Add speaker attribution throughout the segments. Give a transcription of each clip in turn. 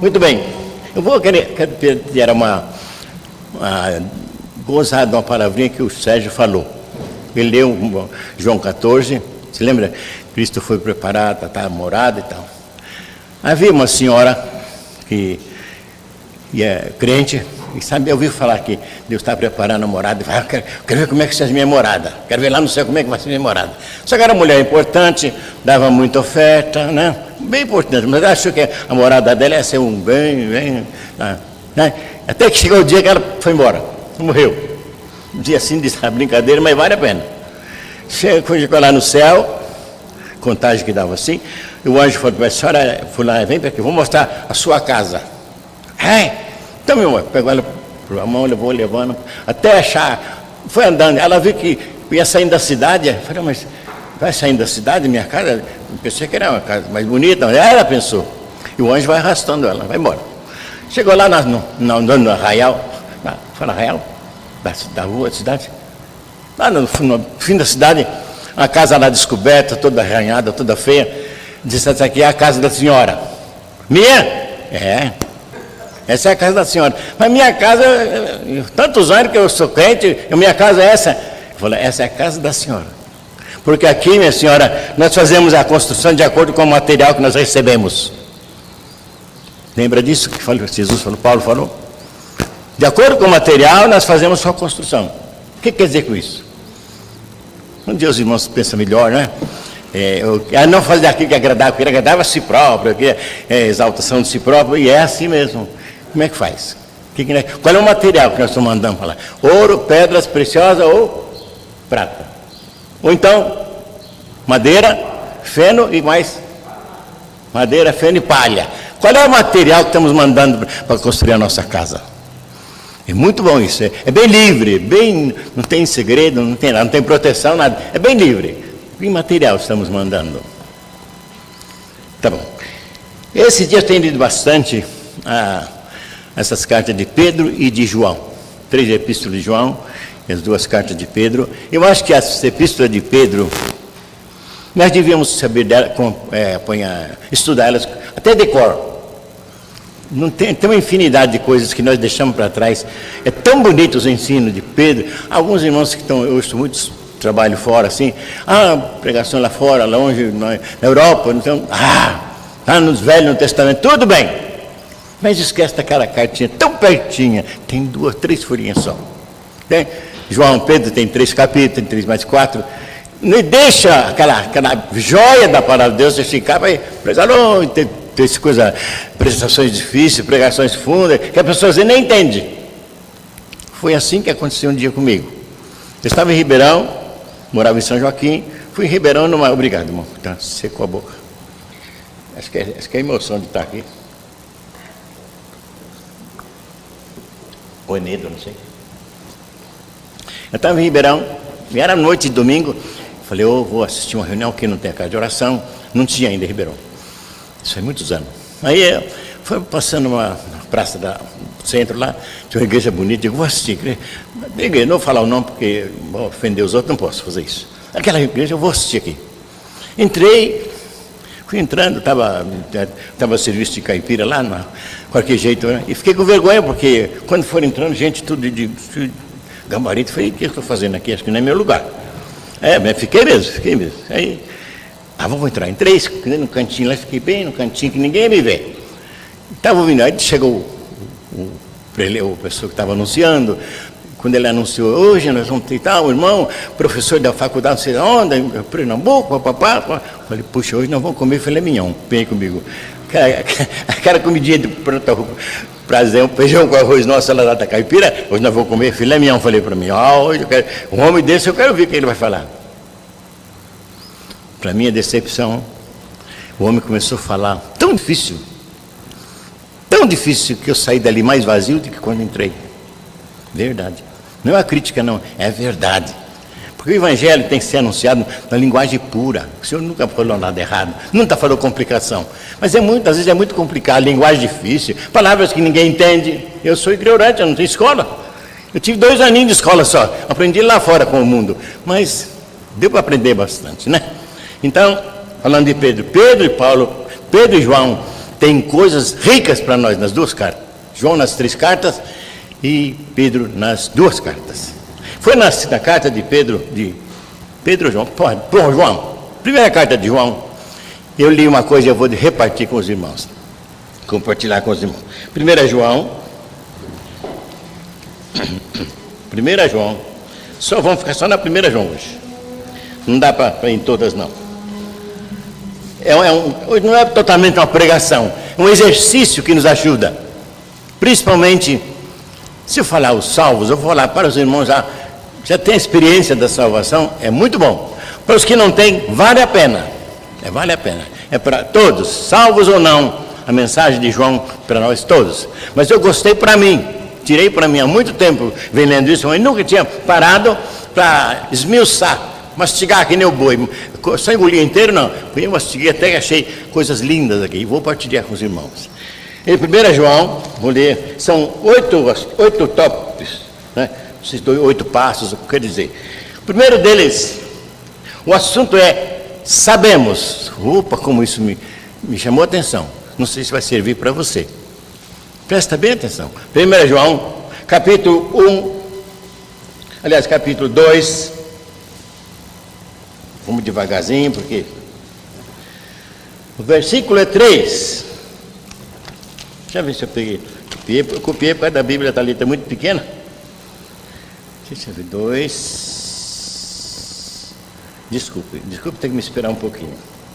Speaker 1: Muito bem. Eu vou quero ter uma gozar de uma palavrinha que o Sérgio falou. Ele leu João 14, se lembra? Cristo foi preparado, está morada e tal. Havia uma senhora que é crente, e sabe, eu ouvi falar que Deus está preparando a morada, e fala, quero ver como é que vai ser a minha morada, quero ver lá no céu como é que vai ser a minha morada. Só que era uma mulher importante, dava muita oferta, né? Bem importante, mas acho que a morada dela ia ser um bem, né? Até que chegou o dia que ela foi embora, morreu. Um dia assim de brincadeira, mas vale a pena. Chegou lá no céu, contagem que dava assim, e o anjo falou para a senhora, fulana, vem para aqui, vou mostrar a sua casa. Então, meu irmão, pegou ela por a mão, levou, levando, até achar, foi andando, ela viu que ia saindo da cidade, eu falei, mas vai saindo da cidade, minha casa? Eu pensei que era uma casa mais bonita, mas ela pensou, e o anjo vai arrastando ela, vai embora. Chegou lá no arraial, fala arraial, da rua, da cidade, lá no fim da cidade, uma casa lá descoberta, toda arranhada, toda feia, disse, essa aqui é a casa da senhora. Minha? É. Essa é a casa da senhora. Mas minha casa, tantos anos que eu sou crente, minha casa é essa. Eu falei, essa é a casa da senhora. Porque aqui, minha senhora, nós fazemos a construção de acordo com o material que nós recebemos. Lembra disso que Jesus falou, Paulo falou? De acordo com o material, nós fazemos sua construção. O que quer dizer com isso? Um dia os irmãos pensam melhor, né? Não fazer aquilo que é agradável, porque agradável a si próprio, que é exaltação de si próprio, e é assim mesmo. Como é que faz? Qual é o material que nós estamos mandando falar? Ouro, pedras preciosas ou prata? Ou então, madeira, feno e mais? Madeira, feno e palha. Qual é o material que estamos mandando para construir a nossa casa? É muito bom isso, é bem livre, não tem segredo, não tem nada, não tem proteção, nada, é bem livre. Que material estamos mandando? Tá bom. Esse dia eu tenho lido bastante essas cartas de Pedro e de João. 3 epístolas de João e as 2 cartas de Pedro. Eu acho que as epístolas de Pedro, nós devíamos saber dela, estudar elas até de cor. Não tem uma infinidade de coisas que nós deixamos para trás. É tão bonito os ensinos de Pedro. Alguns irmãos que estão, eu ouço muitos trabalho fora, assim, pregação lá fora, longe, na Europa, então, está nos Velhos, no Testamento, tudo bem. Mas esquece daquela cartinha tão pertinha, tem 2, 3 folhinhas só. Né? João Pedro tem 3 capítulos, tem 3 mais 4. Não deixa aquela joia da palavra de Deus ficar para pregar longe, ter coisa, apresentações difíceis, pregações fundas, que a pessoa nem entende. Foi assim que aconteceu um dia comigo. Eu estava em Ribeirão, morava em São Joaquim, fui em Ribeirão obrigado, irmão, tá, secou a boca. Acho que é a emoção de estar aqui. Ou é medo, não sei. Eu estava em Ribeirão, e era noite de domingo, falei, vou assistir uma reunião que não tem a casa de oração, não tinha ainda em Ribeirão. Isso faz muitos anos. Aí foi passando uma praça do centro lá, tinha uma igreja bonita, digo, vou assistir. Igreja, não vou falar o nome porque vou ofender os outros, não posso fazer isso. Aquela igreja eu vou assistir aqui. Entrei, fui entrando, estava serviço de caipira lá, qualquer jeito, né? E fiquei com vergonha, porque quando foram entrando, gente tudo de gabarito, falei, o que eu estou fazendo aqui? Acho que não é meu lugar. Mas fiquei mesmo. Aí, vamos entrar. Entrei no cantinho lá, fiquei bem no cantinho, que ninguém me vê. Estava ouvindo, aí chegou o pessoa que estava anunciando. Quando ele anunciou, hoje nós vamos ter tal, irmão, professor da faculdade, não sei onde, Pernambuco, papapá. Falei, puxa, hoje nós vamos comer filé mignon, vem comigo. Aquela comidinha de prazer, um feijão com arroz, nossa, salada caipira, hoje nós vamos comer filé mignon. Falei para mim, hoje eu quero, um homem desse eu quero ver o que ele vai falar. Para minha decepção, o homem começou a falar tão difícil que eu saí dali mais vazio do que quando entrei. Verdade. Não é uma crítica, não, é verdade. Porque o evangelho tem que ser anunciado na linguagem pura. O Senhor nunca falou nada errado, nunca falou complicação. Mas às vezes é muito complicado, linguagem difícil, palavras que ninguém entende. Eu sou ignorante, eu não tenho escola. Eu tive 2 aninhos de escola só, aprendi lá fora com o mundo. Mas deu para aprender bastante, né? Então, falando de Pedro e Paulo, Pedro e João tem coisas ricas para nós nas duas cartas. João nas 3 cartas e Pedro nas 2 cartas. Foi na carta de Pedro João, primeira carta de João, eu li uma coisa e eu vou repartir com os irmãos, compartilhar com os irmãos. 1 João, vamos ficar só na 1 João hoje, não dá para ir em todas não. Não é totalmente uma pregação, é um exercício que nos ajuda, principalmente, se eu falar os salvos, eu vou falar para os irmãos já tem experiência da salvação, é muito bom. Para os que não têm, vale a pena. Vale a pena. É para todos, salvos ou não, a mensagem de João para nós todos. Mas eu gostei para mim, tirei para mim há muito tempo, vem lendo isso, mas nunca tinha parado para esmiuçar, mastigar que nem o boi. Só engolir inteiro, não. Eu mastiguei até que achei coisas lindas aqui. Vou partilhar com os irmãos. Em 1 João, vou ler, são 8 tópicos, né? Esses 8 passos, quer dizer. O primeiro deles, o assunto é sabemos. Opa, como isso me chamou a atenção. Não sei se vai servir para você. Presta bem atenção. 1 João, capítulo 2. Vamos devagarzinho, porque o versículo é 3. Deixa eu ver se eu peguei. Copiei por causa da Bíblia, está ali, está muito pequena. Deixa eu ver, 2. Desculpe, tem que me esperar um pouquinho.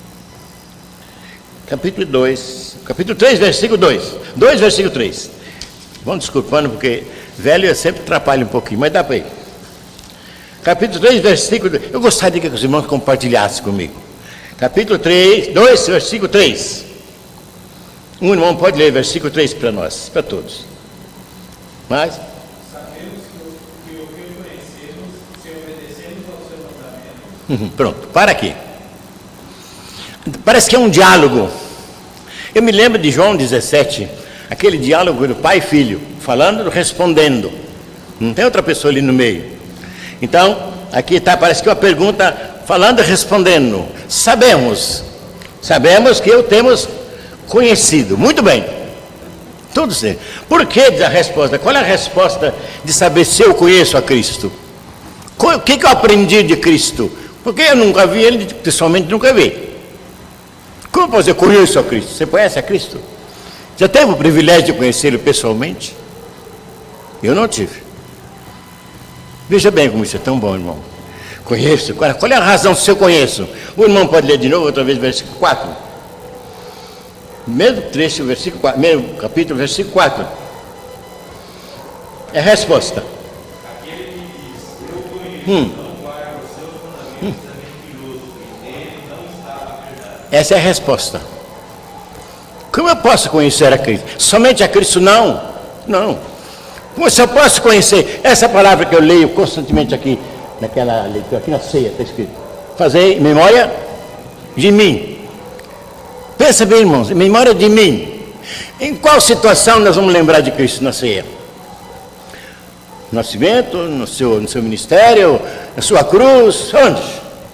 Speaker 1: Capítulo 3, versículo 2. 2, versículo 3. Vão desculpando, porque velho sempre atrapalha um pouquinho, mas dá para ir. Capítulo 3, versículo 2. Eu gostaria que os irmãos compartilhassem comigo. Capítulo 3, 2, versículo 3. Um irmão pode ler versículo 3 para nós, para todos. Mas
Speaker 2: sabemos que o que conhecemos, se obedecemos ao seu mandamento.
Speaker 1: Pronto, para aqui. Parece que é um diálogo. Eu me lembro de João 17, aquele diálogo do pai e filho, falando e respondendo. Não tem outra pessoa ali no meio. Então, aqui está, parece que uma pergunta, falando e respondendo. Sabemos que o temos conhecido. Muito bem. Tudo certo. Por que a resposta? Qual é a resposta de saber se eu conheço a Cristo? O que eu aprendi de Cristo? Porque eu nunca vi ele, pessoalmente nunca vi. Como você conhece a Cristo? Você conhece a Cristo? Já teve o privilégio de conhecê-lo pessoalmente? Eu não tive. Veja bem como isso é tão bom, irmão. Conheço. Qual é a razão se eu conheço? O irmão pode ler de novo, outra vez, versículo 4. Mesmo trecho, versículo 4, mesmo capítulo, versículo 4. É a resposta.
Speaker 2: Aquele que diz, eu conheço, não guarda os seus mandamentos, é mentiroso, e nele não está a verdade.
Speaker 1: Essa é a resposta. Como eu posso conhecer a Cristo? Somente a Cristo? Não. Como se eu posso conhecer essa palavra que eu leio constantemente aqui, naquela leitura, aqui na ceia, está escrito. Fazer memória de mim. Pensa bem, irmãos, memória de mim. Em qual situação nós vamos lembrar de Cristo na ceia? No nascimento, no seu ministério, na sua cruz, onde?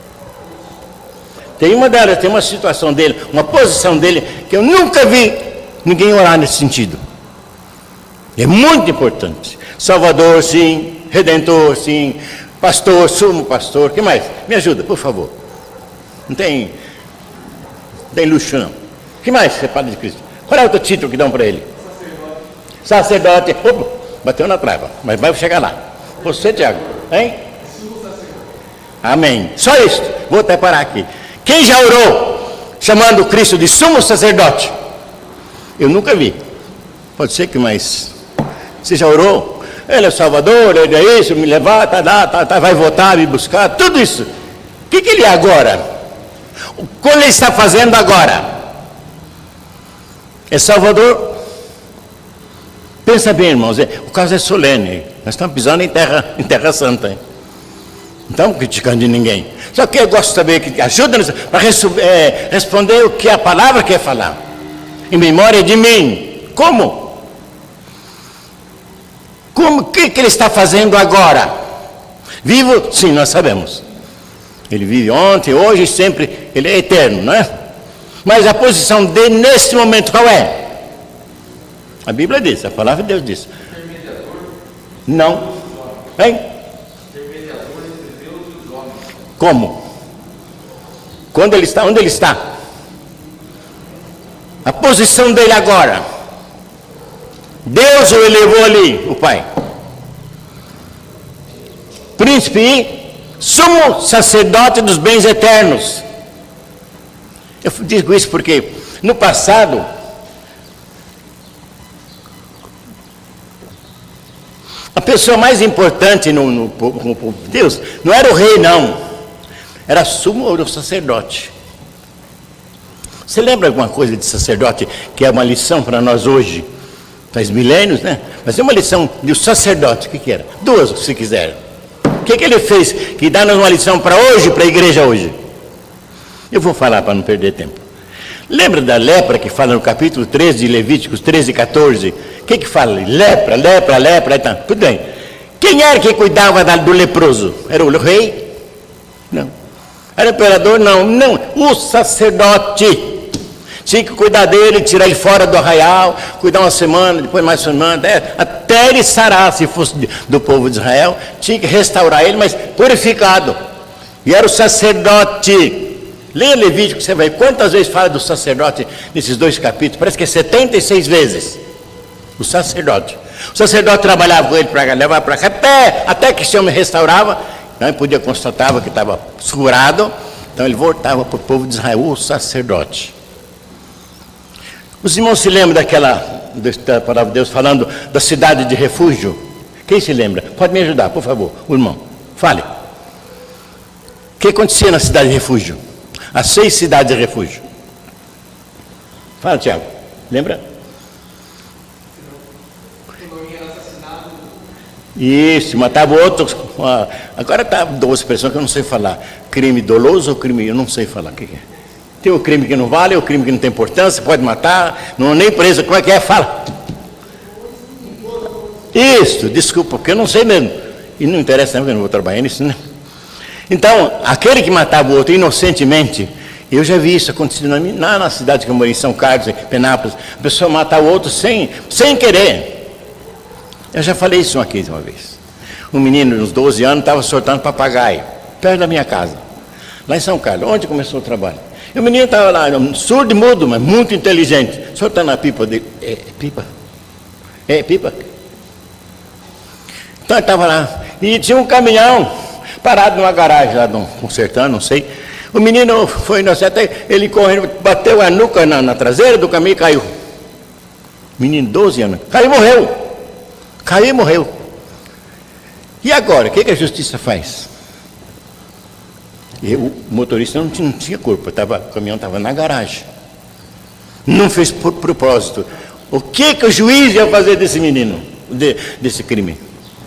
Speaker 1: Tem uma delas, tem uma situação dele, uma posição dele, que eu nunca vi ninguém orar nesse sentido. É muito importante. Salvador, sim. Redentor, sim. Pastor, sumo pastor. O que mais? Me ajuda, por favor. Não tem luxo, não. O que mais você fala de Cristo? Qual é o outro título que dão para ele? Sacerdote. Opa, bateu na trava, mas vai chegar lá. Você, Tiago, hein? Amém. Só isso. Vou até parar aqui. Quem já orou chamando Cristo de sumo sacerdote? Eu nunca vi. Pode ser que mais. Você já orou? Ele é o Salvador, ele é isso, me levar, vai voltar, me buscar, tudo isso. O que ele é agora? O que ele está fazendo agora? É Salvador? Pensa bem, irmãos, o caso é solene. Nós estamos pisando em terra santa. Hein? Não estamos criticando de ninguém. Só que eu gosto de saber que ajuda-nos para responder o que a palavra quer falar. Em memória de mim. Como? O que ele está fazendo agora? Vivo? Sim, nós sabemos. Ele vive ontem, hoje, sempre. Ele é eterno, não é? Mas a posição dele nesse momento qual é? A Bíblia diz, a palavra de Deus diz. Não. Hein? Como? Quando ele está? Onde ele está? A posição dele agora. Deus o elevou ali, o Pai. Príncipe e sumo sacerdote dos bens eternos. Eu digo isso porque no passado a pessoa mais importante no povo de Deus não era o rei, não. Era sumo sacerdote. Você lembra alguma coisa de sacerdote que é uma lição para nós hoje? Faz milênios, né? Mas é uma lição do sacerdote. O que era? Duas, se quiser. O que ele fez que dá-nos uma lição para hoje, para a igreja hoje? Eu vou falar para não perder tempo. Lembra da lepra que fala no capítulo 13 de Levíticos 13 e 14? O que fala? Lepra. Então, tudo bem. Quem era que cuidava do leproso? Era o rei? Não. Era o imperador? Não. O sacerdote. Tinha que cuidar dele, tirar ele fora do arraial, cuidar uma semana, depois mais semana, até ele sarar, se fosse do povo de Israel. Tinha que restaurar ele, mas purificado. E era o sacerdote. Leia Levítico, você vai ver quantas vezes fala do sacerdote nesses dois capítulos. Parece que é 76 vezes. O sacerdote. O sacerdote trabalhava com ele para levar para cá, até que esse homem restaurava. Não podia constatar que estava curado. Então ele voltava para o povo de Israel, o sacerdote. Os irmãos se lembram da palavra de Deus falando da cidade de refúgio? Quem se lembra? Pode me ajudar, por favor, o irmão. Fale. O que acontecia na cidade de refúgio? As 6 cidades de refúgio. Fala, Tiago. Lembra? Isso, matava outros. Agora está duas expressões que eu não sei falar. Crime doloso ou crime... Eu não sei falar o que é. Tem o crime que não vale, o crime que não tem importância, pode matar, não é nem preso. Como é que é? Fala. Isso, desculpa, porque eu não sei mesmo. E não interessa, eu não vou trabalhar nisso, né? Então, aquele que matava o outro inocentemente, eu já vi isso acontecendo na cidade que eu morei, em São Carlos, em Penápolis, a pessoa matava o outro sem querer. Eu já falei isso aqui uma vez. Um menino de uns 12 anos estava soltando papagaio, perto da minha casa, lá em São Carlos, onde começou o trabalho. E o menino estava lá, surdo e mudo, mas muito inteligente, soltando a pipa dele. Pipa? Pipa? Então ele estava lá, e tinha um caminhão parado numa garagem lá, consertando, não sei. O menino foi inocente, ele correndo, bateu a nuca na traseira do caminhão e caiu. Menino, 12 anos, caiu e morreu. Caiu e morreu. E agora, o que a justiça faz? O motorista não tinha culpa, o caminhão estava na garagem. Não fez por propósito. O que o juiz ia fazer desse menino, desse crime?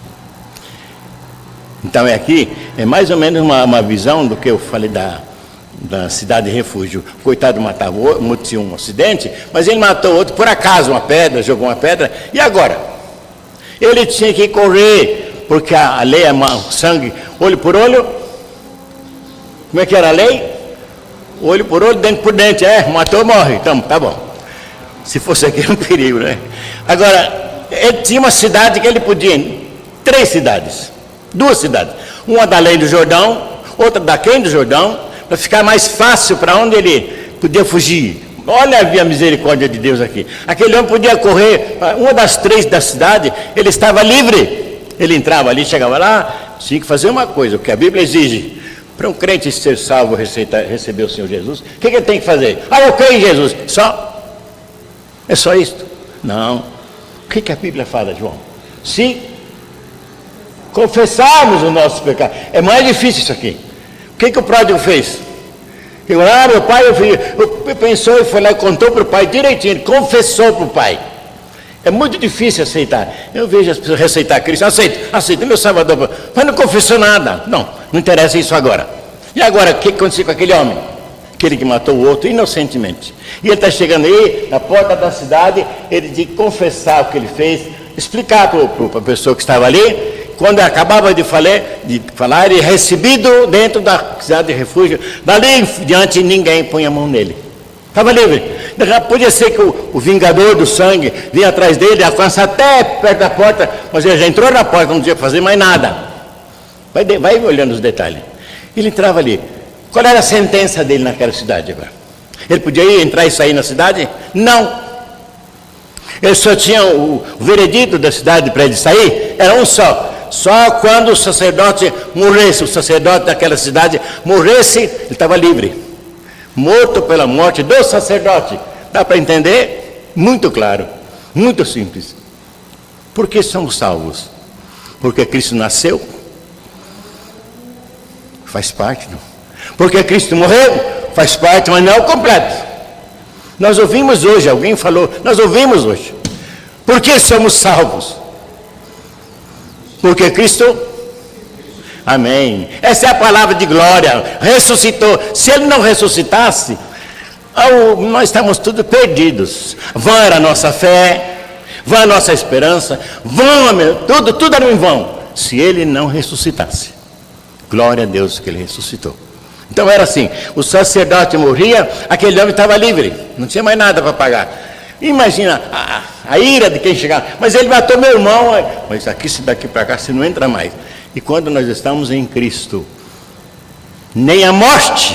Speaker 1: Então aqui é mais ou menos uma visão do que eu falei da cidade de refúgio. O coitado matava o outro, tinha um acidente, mas ele matou outro por acaso, uma pedra, jogou uma pedra. E agora? Ele tinha que correr, porque a lei é sangue, olho por olho. Como é que era a lei? Olho por olho, dente por dente. Matou, morre. Então, tá bom. Se fosse aqui, era um perigo, né? Agora, ele tinha uma cidade que ele podia ir. 3 cidades. 2 cidades. Uma da Além do Jordão, outra daquém do Jordão, para ficar mais fácil para onde ele podia fugir. Olha a misericórdia de Deus aqui. Aquele homem podia correr, uma das 3 da cidade, ele estava livre. Ele entrava ali, chegava lá, tinha que fazer uma coisa, o que a Bíblia exige. Para um crente ser salvo, receber o Senhor Jesus, o que ele tem que fazer? Eu creio em Jesus. Só? É só isto? Não. O que a Bíblia fala, João? Se confessarmos o nosso pecado. É mais difícil isso aqui. O que o pródigo fez? Meu pai, eu pensou e foi lá e contou para o pai direitinho, ele confessou para o pai. É muito difícil aceitar. Eu vejo as pessoas receitar Cristo, aceita, meu Salvador, mas não confessou nada. Não interessa isso agora. E agora, o que aconteceu com aquele homem? Aquele que matou o outro inocentemente. E ele está chegando aí, na porta da cidade, ele tinha que confessar o que ele fez, explicar para a pessoa que estava ali. Quando ele acabava de falar, ele é recebido dentro da cidade de refúgio. Dali em diante, ninguém põe a mão nele. Estava livre. Podia ser que o vingador do sangue vinha atrás dele, alcança até perto da porta, mas ele já entrou na porta, não tinha que fazer mais nada. Vai olhando os detalhes. Ele entrava ali. Qual era a sentença dele naquela cidade agora? Ele podia ir, entrar e sair na cidade? Não. Ele só tinha o veredito da cidade para ele sair, era um só. Só quando o sacerdote morresse, o sacerdote daquela cidade morresse, ele estava livre. Morto pela morte do sacerdote. Dá para entender? Muito claro, muito simples. Por que somos salvos? Porque Cristo nasceu? Faz parte, não? Porque Cristo morreu? Faz parte, mas não é o completo. Nós ouvimos hoje, alguém falou, nós ouvimos hoje. Por que somos salvos? Porque Cristo, amém. Essa é a palavra de glória, ressuscitou. Se Ele não ressuscitasse, nós estamos todos perdidos. Vã era a nossa fé, vã a nossa esperança, tudo era em vão, se Ele não ressuscitasse. Glória a Deus que Ele ressuscitou. Então era assim, o sacerdote morria, aquele homem estava livre, não tinha mais nada para pagar. Imagina a ira de quem chegava, mas ele matou meu irmão, mas daqui para cá você não entra mais. E quando nós estamos em Cristo, nem a morte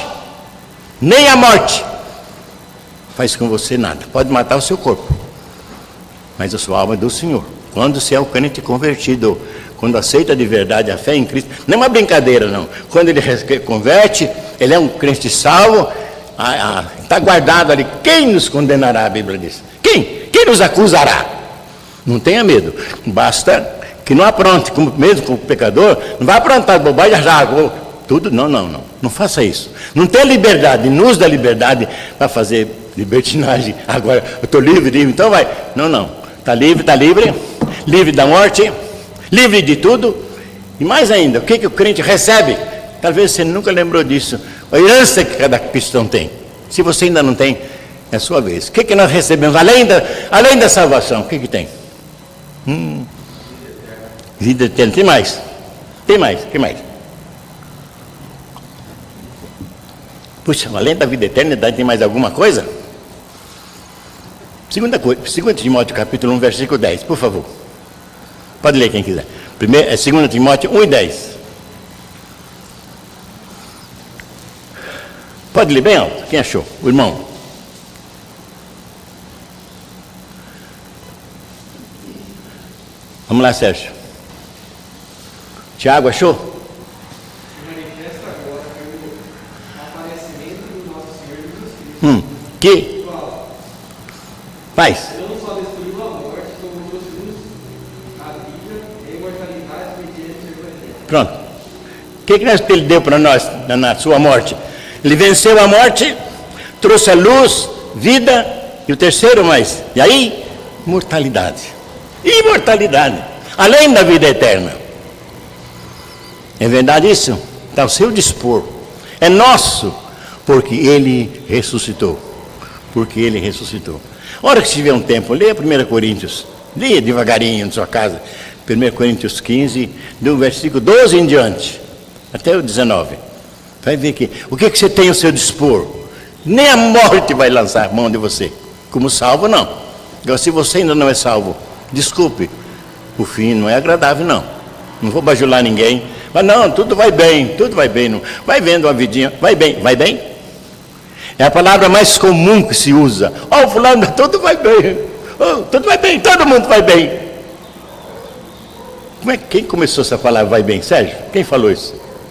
Speaker 1: faz com você nada. Pode matar o seu corpo, mas a sua alma é do Senhor. Quando você é o crente convertido, quando aceita de verdade a fé em Cristo, não é uma brincadeira não. Quando ele converte, ele é um crente salvo, está guardado ali. Quem nos condenará, a Bíblia diz? Quem nos acusará? Não tenha medo, basta que não apronte, mesmo como pecador, não vai aprontar bobagem, tudo, não faça isso. Não tem liberdade, nos dá liberdade para fazer libertinagem. Agora, eu estou livre, então vai. Não, está livre da morte, livre de tudo. E mais ainda, o que o crente recebe? Talvez você nunca lembrou disso. A herança que cada cristão tem. Se você ainda não tem, é a sua vez. O que nós recebemos? Além da salvação, o que tem? Vida eterna. Tem mais? O que mais? Puxa, além da vida eterna, tem mais alguma coisa? 2 Timóteo capítulo 1, versículo 10, por favor. Pode ler quem quiser. 2 Timóteo 1 e 10. Pode ler bem alto. Quem achou? O irmão. Vamos lá, Sérgio. Tiago, achou?
Speaker 2: Se manifesta agora pelo aparecimento do nosso Senhor Jesus Cristo.
Speaker 1: Que? Paz.
Speaker 2: Não só destruiu a morte, como trouxe-nos a vida e a imortalidade mediante o Evangelho.
Speaker 1: Pronto. O que ele deu para nós na sua morte? Ele venceu a morte, trouxe a luz, vida, e o terceiro mais. E aí, mortalidade. Imortalidade. Além da vida eterna. É verdade isso? Está ao seu dispor. É nosso, porque Ele ressuscitou. Porque Ele ressuscitou. A hora que tiver um tempo, leia 1 Coríntios. Leia devagarinho na sua casa. 1 Coríntios 15, do versículo 12 em diante, até o 19. Vai ver que o que você tem ao seu dispor? Nem a morte vai lançar a mão de você. Como salvo, não. Agora, se você ainda não é salvo, desculpe, o fim não é agradável, não. Não vou bajular ninguém. Mas não, tudo vai bem. Não. Vai vendo uma vidinha, vai bem. É a palavra mais comum que se usa. Fulano, tudo vai bem. Tudo vai bem, todo mundo vai bem. Quem começou essa palavra vai bem? Sérgio? Quem falou isso?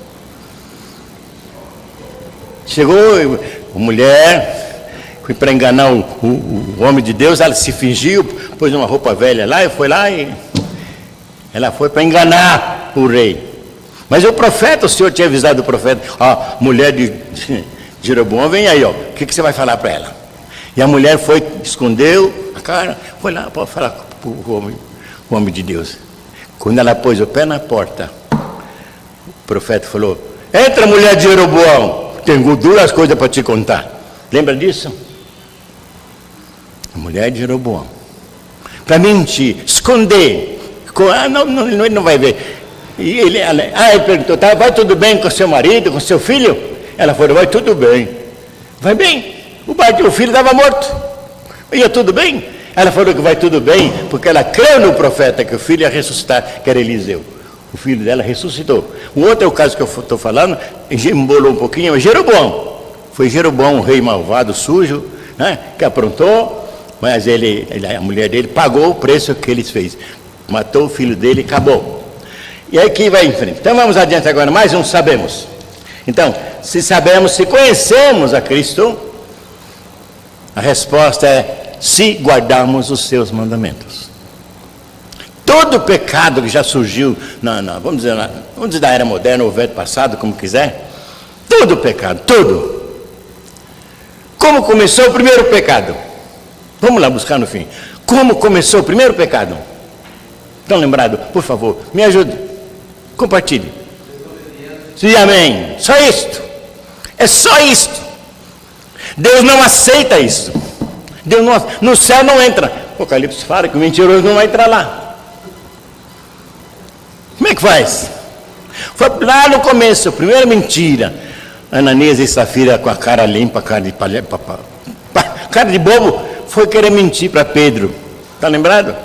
Speaker 1: Chegou a mulher, foi para enganar o homem de Deus, ela se fingiu, pôs uma roupa velha lá e foi lá e ela foi para enganar o rei. Mas o senhor tinha avisado o profeta, mulher de Jeroboão, vem aí, o que você vai falar para ela? E a mulher foi, escondeu a cara, foi lá para falar com o homem de Deus. Quando ela pôs o pé na porta, o profeta falou: entra, mulher de Jeroboão, tenho duras coisas para te contar. Lembra disso? A mulher de Jeroboão, para mentir, esconder, ele não vai ver. E ele perguntou: vai tudo bem com seu marido, com seu filho? Ela falou: vai tudo bem. Vai bem? O filho estava morto. Ia tudo bem? Ela falou que vai tudo bem, porque ela creu no profeta que o filho ia ressuscitar, que era Eliseu. O filho dela ressuscitou. O outro é o caso que eu estou falando, embolou um pouquinho, mas Jeroboão. Foi Jeroboão, um rei malvado, sujo, né, que aprontou, mas a mulher dele pagou o preço que ele fez. Matou o filho dele e acabou. E aí que vai em frente. Então vamos adiante agora, mais um sabemos. Então, se sabemos, se conhecemos a Cristo, a resposta é se guardarmos os seus mandamentos. Todo pecado que já surgiu, vamos dizer da era moderna ou velho passado, como quiser, todo pecado, tudo. Como começou o primeiro pecado? Vamos lá buscar no fim. Como começou o primeiro pecado? Estão lembrados? Por favor, me ajude. Compartilhe. Sim, amém. Só isto. É só isto. Deus não aceita isso. Deus não, no céu não entra. Apocalipse fala que o mentiroso não vai entrar lá. Como é que faz? Foi lá no começo, a primeira mentira. Ananias e Safira com a cara limpa, cara de bobo, foi querer mentir para Pedro. Está lembrado?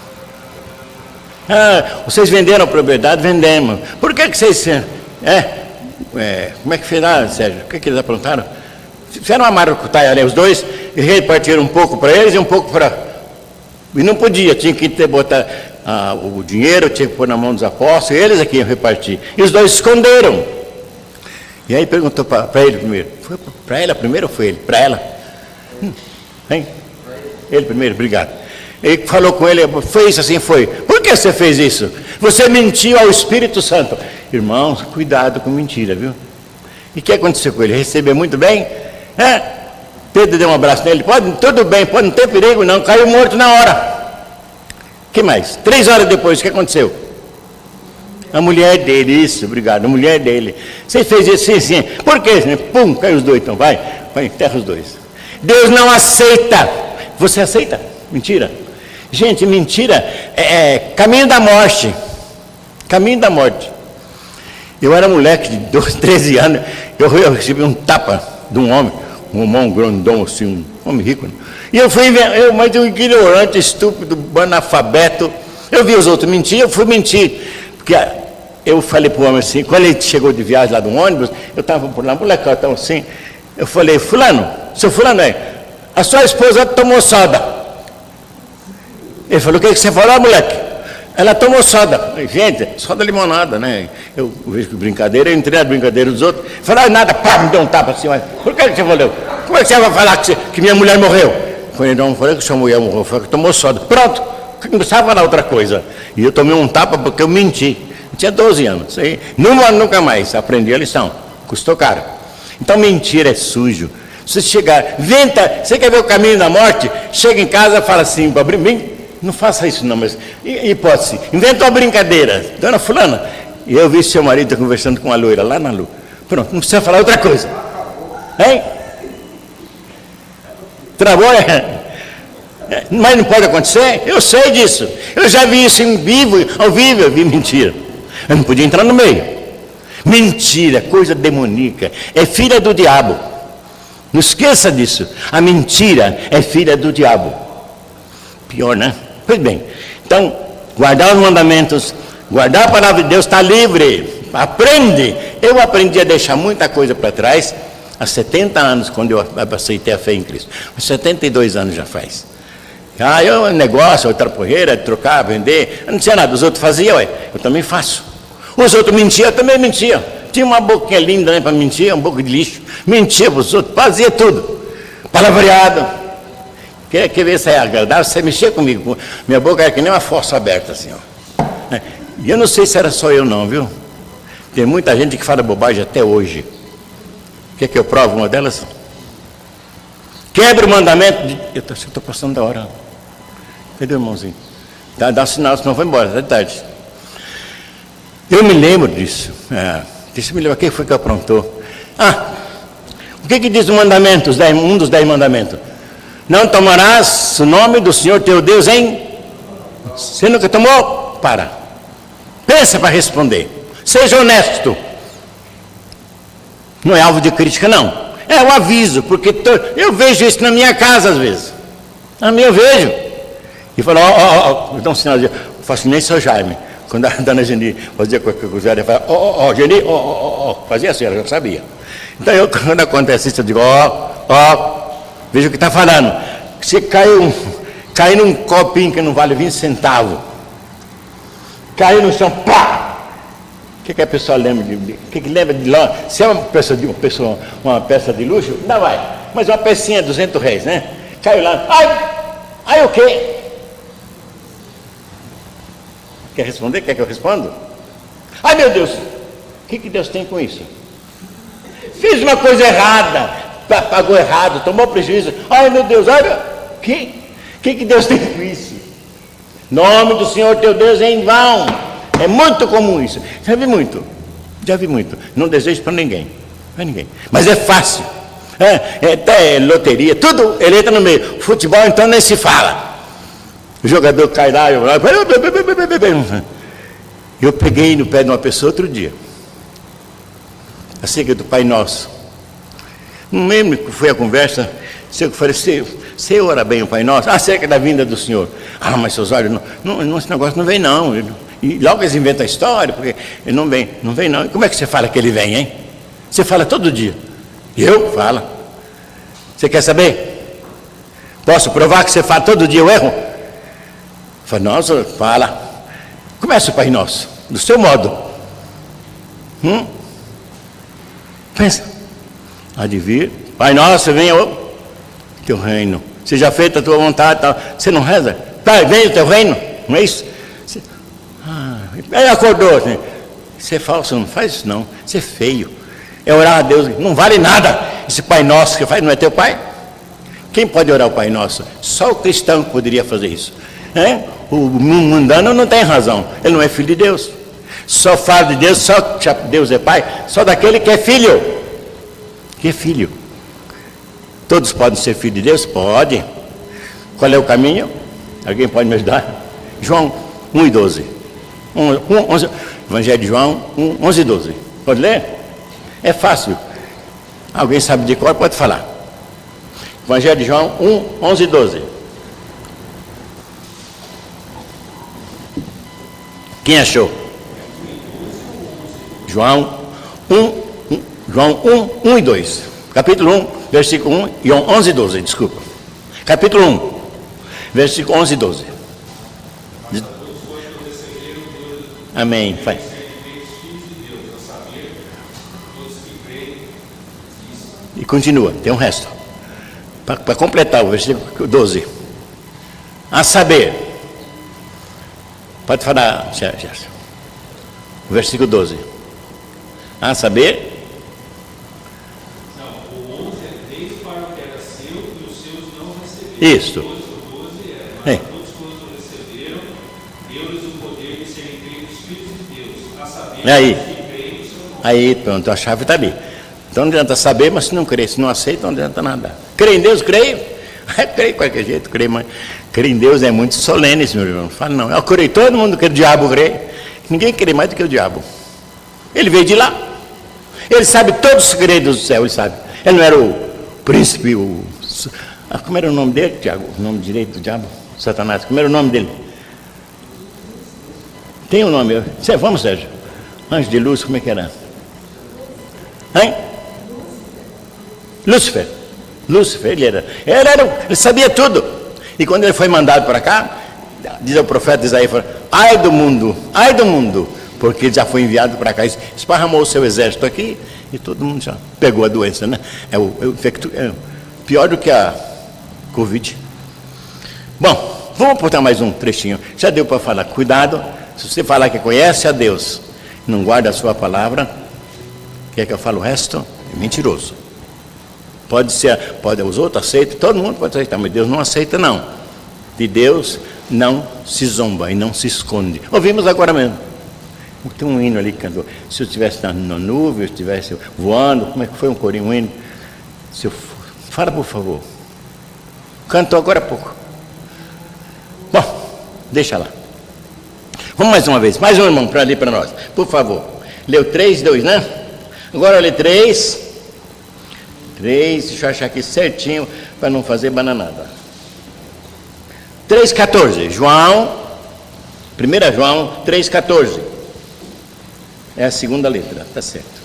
Speaker 1: Vocês venderam a propriedade? Vendemos. Por que vocês... como é que fez lá, Sérgio? O que eles aprontaram? Fizeram uma maracutaia, né? Os dois, e repartiram um pouco para eles e um pouco para... E não podia, tinha que botar o dinheiro, tinha que pôr na mão dos apóstolos, e eles aqui iam repartir. E os dois esconderam. E aí perguntou para ele primeiro. Foi para ela primeiro ou foi ele? Para ela? Hein? Ele primeiro, obrigado. Ele falou com ele, foi isso assim, foi. Por que você fez isso? Você mentiu ao Espírito Santo. Irmãos, cuidado com mentira, viu? E o que aconteceu com ele? Recebeu muito bem? Pedro deu um abraço nele. Tudo bem, pode não ter perigo não, caiu morto na hora. O que mais? 3 horas depois, o que aconteceu? A mulher dele, isso, obrigado, a mulher dele. Você fez isso assim. Por quê? Pum, caiu os dois, então vai, enterra os dois. Deus não aceita. Você aceita? Mentira. Gente, mentira é caminho da morte. Caminho da morte. Eu era moleque de 12, 13 anos, eu recebi um tapa de um homem, um homem grandão assim, um homem rico. E eu fui, mas um ignorante, estúpido, analfabeto. Eu vi os outros mentir, eu fui mentir. Porque eu falei para o homem assim, quando ele chegou de viagem lá do ônibus, eu estava por lá, moleque, então assim, eu falei, fulano, seu fulano a sua esposa tomou soda. Ele falou, o que você falou, moleque? Ela tomou soda. Gente, soda limonada, né? Eu vejo que brincadeira, eu entrei na brincadeira dos outros. Falei, nada, pá, me deu um tapa assim. Mas por que você falou? Como é que você vai falar que minha mulher morreu? Eu falei, não falei que sua mulher morreu, foi que tomou soda. Pronto, não precisava falar outra coisa. E eu tomei um tapa porque eu menti. Eu tinha 12 anos. Aí, nunca mais. Aprendi a lição. Custou caro. Então, mentira é sujo. Se chegar, inventa, você quer ver o caminho da morte? Chega em casa e fala assim, não faça isso não, mas hipótese, inventa uma brincadeira, dona fulana, e eu vi seu marido conversando com a loira lá na lua, pronto, não precisa falar outra coisa, hein? Travou, mas não pode acontecer, eu sei disso, eu já vi isso ao vivo eu vi mentira, eu não podia entrar no meio, mentira, coisa demoníaca, é filha do diabo, não esqueça disso, a mentira é filha do diabo, pior, né? Pois bem, então, guardar os mandamentos, guardar a palavra de Deus, está livre, aprende. Eu aprendi a deixar muita coisa para trás, há 70 anos, quando eu aceitei a fé em Cristo, 72 anos já faz. Eu negócio, outra porreira, trocar, vender, eu não tinha nada, os outros faziam, eu também faço. Os outros mentiam, eu também mentia. Tinha uma boquinha linda, né, para mentir, um pouco de lixo, mentia para os outros, fazia tudo, palavreado. Quer ver se é agradável? Você mexer comigo. Minha boca era que nem uma fossa aberta, assim, ó. E eu não sei se era só eu não, viu? Tem muita gente que fala bobagem até hoje. Quer que eu prove uma delas? Quebra o mandamento de... Eu estou passando da hora. Cadê o irmãozinho? Dá um sinal, senão eu vou embora, é tarde. Eu me lembro disso. Deixa eu me lembrar, quem foi que aprontou? O que diz o mandamento, um dos 10 mandamentos? Não tomarás o nome do Senhor teu Deus em... Você nunca tomou? Para. Pensa para responder. Seja honesto. Não é alvo de crítica, não. É um aviso, porque eu vejo isso na minha casa às vezes. A minha eu vejo. E falo, dá um sinal, eu faço nem seu Jaime. Quando a dona Geni fazia qualquer coisa, ela falava, Geni, fazia assim, ela já sabia. Então quando acontece isso, eu digo, veja o que está falando. Se cai num copinho que não vale 20 centavos, caiu no chão, pá! O que a pessoa lembra de? O que lembra de lá? Se é uma peça de luxo, não vai. Mas uma pecinha, R$200, né? Caiu lá, ai o quê? Quer responder? Quer que eu responda? Ai meu Deus, o que Deus tem com isso? Fiz uma coisa errada, pagou errado, tomou prejuízo. Ai meu Deus, o que Deus tem com isso? Nome do Senhor teu Deus é em vão. É muito comum isso. Já vi muito. Não desejo para ninguém. Mas é fácil. Até loteria, tudo ele entra no meio. Futebol então nem se fala. O jogador cai lá, eu peguei no pé de uma pessoa outro dia, acerca do Pai Nosso. Não lembro que foi a conversa. Eu falei, você ora bem o Pai Nosso? Acerca da vinda do Senhor. Mas seus olhos, esse negócio não vem não. E logo eles inventam a história, porque ele não vem não. E como é que você fala que ele vem, hein? Você fala todo dia. Eu falo. Você quer saber? Posso provar que você fala todo dia o erro? Fala, nossa, fala. Começa o Pai Nosso, do seu modo. Pensa. Há de vir, Pai Nosso, venha o teu reino. Seja feita a tua vontade. Tal. Você não reza? Pai, venha o teu reino. Não é isso? Ele acordou. Assim. Isso é falso, não faz isso não. Isso é feio. É orar a Deus, não vale nada. Esse Pai Nosso que faz, não é teu Pai? Quem pode orar o Pai Nosso? Só o cristão poderia fazer isso. O mundano não tem razão. Ele não é filho de Deus. Só fala de Deus, só Deus é Pai, só daquele que é filho. Que é filho. Todos podem ser filhos de Deus? Pode. Qual é o caminho? Alguém pode me ajudar? João 1 e 12. 11, Evangelho de João 1, 11 e 12. Pode ler? É fácil. Alguém sabe de cor? Pode falar. Evangelho de João 1, 11 e 12. Quem achou? João 1 e 2. Capítulo 1, versículo 1 e 11 e 12, desculpa. Capítulo 1, versículo 11 e 12. Amém. Faz. E continua, tem um resto. Para completar o versículo 12. A saber. Pode falar, Gerson. O versículo 12. A saber.
Speaker 2: Não, o 11 é desde para o que era seu e os seus não receberam.
Speaker 1: Isso.
Speaker 2: O 12 é, mas todos quantos receberam, deu-lhes o poder de serem feitos filhos de Deus, a saber, que creem no seu nome.
Speaker 1: Aí, pronto, a chave está ali. Então não adianta saber, mas se não crer, se não aceita, não adianta nada. Crê em Deus, creio. Creio de qualquer jeito, creio, mas crer em Deus é muito solene, meu irmão. Fala, não, eu creio, todo mundo que o diabo crê. Ninguém crê mais do que o diabo. Ele veio de lá. Ele sabe todos os segredos do céu, ele sabe. Ele não era o príncipe, como era o nome dele, Tiago? O nome direito do diabo? Satanás, como era o nome dele? Tem um nome. Vamos, Sérgio. Anjo de luz, como é que era? Hein? Lúcifer, ele sabia tudo. E quando ele foi mandado para cá, diz o profeta Isaías, ai do mundo, porque ele já foi enviado para cá, esparramou o seu exército aqui, e todo mundo já pegou a doença, né? É pior do que a Covid. Bom, vamos botar mais um trechinho, já deu para falar, cuidado, se você falar que conhece a Deus, não guarda a sua palavra, quer que eu fale o resto? É mentiroso. Pode ser, os outros aceitam, todo mundo pode aceitar, mas Deus não aceita não. De Deus não se zomba e não se esconde. Ouvimos agora mesmo. Tem um hino ali que cantou. Se eu estivesse na nuvem, se eu estivesse voando, como é que foi um corinho, um hino? Fala por favor. Cantou agora há pouco. Bom, deixa lá. Vamos mais uma vez, mais um irmão para ler para nós, por favor. Leu 3, 2, né? Agora lê 3. 3, deixa eu achar aqui certinho, para não fazer bananada. 3,14, João, 1 João 3,14. É a segunda letra, tá certo.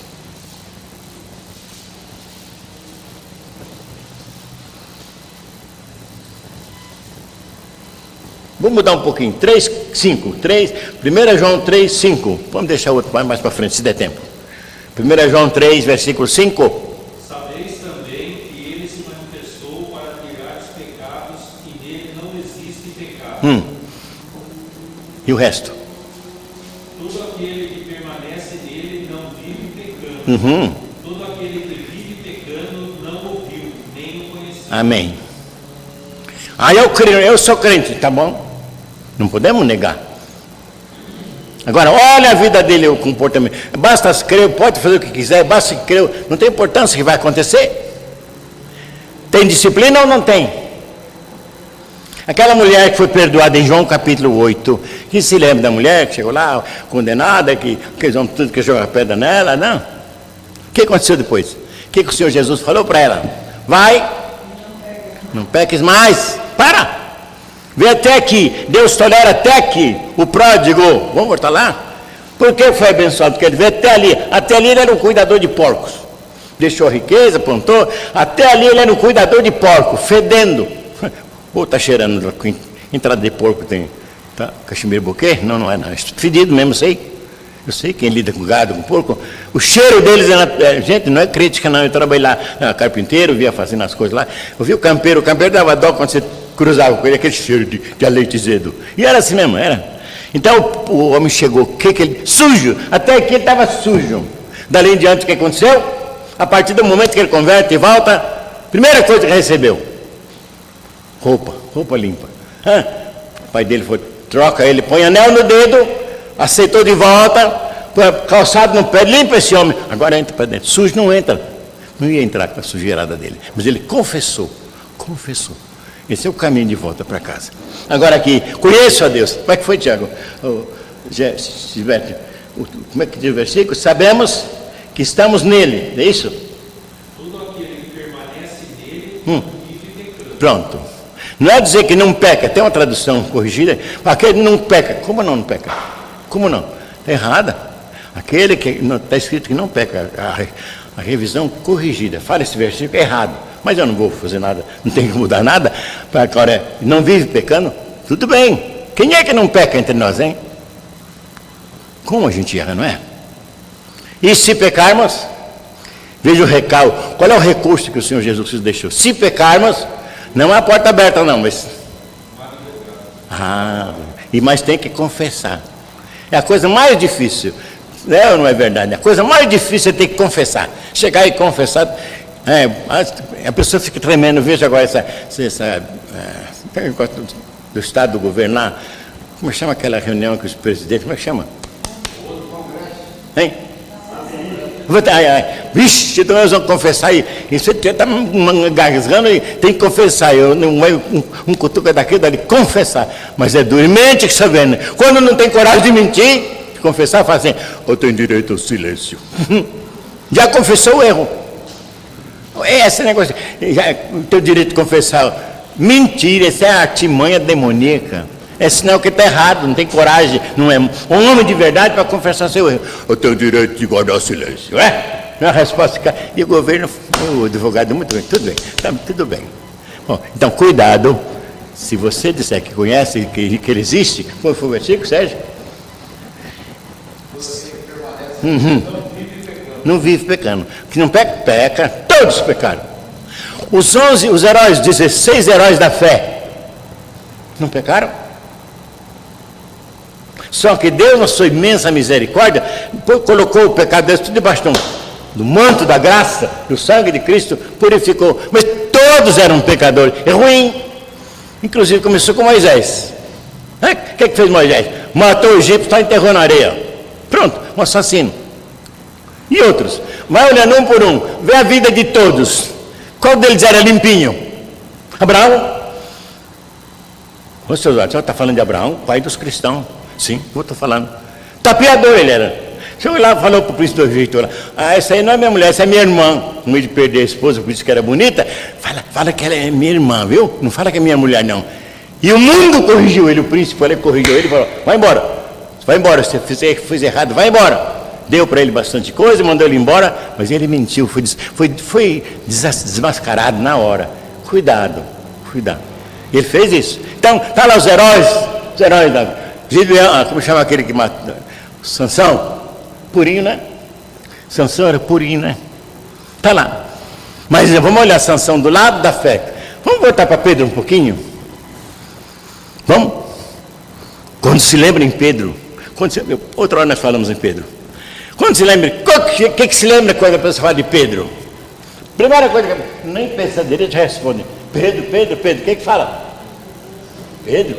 Speaker 1: Vamos mudar um pouquinho, 3, 5, 3, 1 João 3, 5. Vamos deixar o outro mais para frente, se der tempo. 1 João 3, versículo 5.
Speaker 2: Sabeis também que ele se manifestou para tirar os pecados e nele não existe pecado.
Speaker 1: E o resto?
Speaker 2: Todo aquele que permanece nele não vive pecando. Todo aquele que vive pecando não ouviu, nem o conheceu.
Speaker 1: Amém. Eu creio, eu sou crente, tá bom? Não podemos negar. Agora, olha a vida dele, o comportamento. Basta crer, pode fazer o que quiser, basta crer, não tem importância o que vai acontecer. Tem disciplina ou não tem? Aquela mulher que foi perdoada em João capítulo 8, que se lembra da mulher que chegou lá, condenada, que eles vão tudo que jogar pedra nela, não? O que aconteceu depois? O que o Senhor Jesus falou para ela? Vai, não peques mais, para! Vê até aqui, Deus tolera até aqui, o pródigo, vamos voltar lá? Por que foi abençoado? Porque ele veio até ali ele era um cuidador de porcos, deixou a riqueza, plantou, até ali ele era um cuidador de porco, fedendo, ou está cheirando, entrada de porco tem, tá? Cachimiro buquê? Não é fedido mesmo, eu sei quem lida com gado, com porco, o cheiro deles era, gente, não é crítica não, eu trabalhei lá, carpinteiro, via fazendo as coisas lá, eu vi o campeiro dava dó quando você cruzava com ele, aquele cheiro de leite azedo, e era assim mesmo, era. Então o homem chegou, que ele, sujo, até aqui ele estava sujo, dali em diante o que aconteceu? A partir do momento que ele converte e volta, primeira coisa que recebeu, roupa limpa. O pai dele foi, troca ele, põe anel no dedo, aceitou de volta, põe calçado no pé, limpa esse homem, agora entra para dentro, sujo não entra, não ia entrar com a sujeirada dele, mas ele confessou. Esse é o caminho de volta para casa. Agora aqui, conheço a Deus. Como é que foi, Tiago? Como é que diz o versículo? Sabemos que estamos nele, é isso?
Speaker 2: Todo aquele que permanece nele vive pecando.
Speaker 1: Pronto. Não é dizer que não peca, tem uma tradução corrigida, aquele não peca. Como não peca? Como não? Está errada. Aquele que está escrito que não peca, a revisão corrigida, fala esse versículo errado. Mas eu não vou fazer nada, não tenho que mudar nada. Agora, não vive pecando? Tudo bem. Quem é que não peca entre nós, hein? Como a gente erra, não é? E se pecarmos? Veja o recalque. Qual é o recurso que o Senhor Jesus Cristo deixou? Se pecarmos, não é a porta aberta não, mas... mas tem que confessar. É a coisa mais difícil. É ou não é verdade? A coisa mais difícil é ter que confessar. Chegar e confessar... a pessoa fica tremendo. Veja agora essa do Estado, do governo lá, como chama aquela reunião com os presidentes, como é que chama? Hein? Vixe, então nós vamos confessar aí, e você está engasgando e tem que confessar, um cutuca daqui, dali, confessar, mas é dormente que está vendo, quando não tem coragem de mentir, de confessar, fala assim, eu tenho direito ao silêncio. Já confessou o erro. Esse negócio, tem o direito de confessar. Mentira, essa é a artimanha demoníaca. É sinal que está errado, não tem coragem, não é um homem de verdade para confessar seu erro. Eu tenho o direito de guardar silêncio, não é? A resposta fica. E o governo, o advogado, muito bem, tudo bem. Bom, então, cuidado, se você disser que conhece, que ele existe, como foi o versículo, Sérgio? Não vive pecando. Que não peca, peca, todos pecaram. Os 16 heróis da fé, não pecaram? Só que Deus, na sua imensa misericórdia, colocou o pecado deles tudo debaixo do manto da graça, do sangue de Cristo, purificou. Mas todos eram pecadores. É ruim. Inclusive começou com Moisés. O que fez Moisés? Matou o Egito, só enterrou na areia. Pronto, um assassino. E outros? Vai olhando um por um, vê a vida de todos. Qual deles era limpinho? Abraão? Você está falando de Abraão, pai dos cristãos. Sim, eu estou falando. Tapeador ele era. Chegou lá e falou para o príncipe do Egito, lá, essa aí não é minha mulher, essa é minha irmã. No meio de perder a esposa, por isso que era bonita, fala que ela é minha irmã, viu? Não fala que é minha mulher, não. E o mundo corrigiu ele, o príncipe corrigiu ele e falou, vai embora, se você fez errado, vai embora. Deu para ele bastante coisa, mandou ele embora, mas ele mentiu, foi desmascarado na hora. Cuidado. Ele fez isso. Então, tá lá os heróis da Gideão, como chama aquele que matou? Sansão, purinho, né? Sansão era purinho, né? Tá lá. Mas vamos olhar Sansão do lado da fé. Vamos voltar para Pedro um pouquinho? Vamos? Quando se lembra em Pedro, outra hora nós falamos em Pedro. Quando se lembra, o que se lembra quando a pessoa fala de Pedro? Primeira coisa que nem pensa direito, já responde. Pedro, o que fala? Pedro,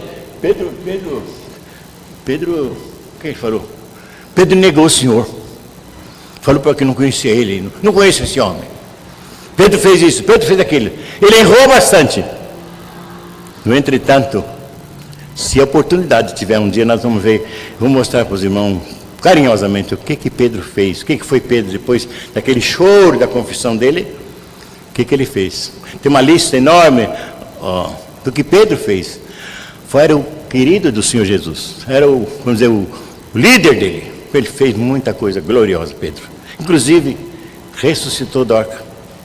Speaker 1: o que ele falou? Pedro negou o Senhor. Falou para que não conhecia ele, não conheço esse homem. Pedro fez isso, Pedro fez aquilo. Ele errou bastante. No entretanto, se a oportunidade tiver um dia, nós vamos ver, vou mostrar para os irmãos carinhosamente o que Pedro fez, o que foi Pedro depois daquele choro da confissão dele, o que ele fez. Tem uma lista enorme do que Pedro fez. Era o querido do Senhor Jesus, era o líder dele. Ele fez muita coisa gloriosa, Pedro. Inclusive, ressuscitou Dorca.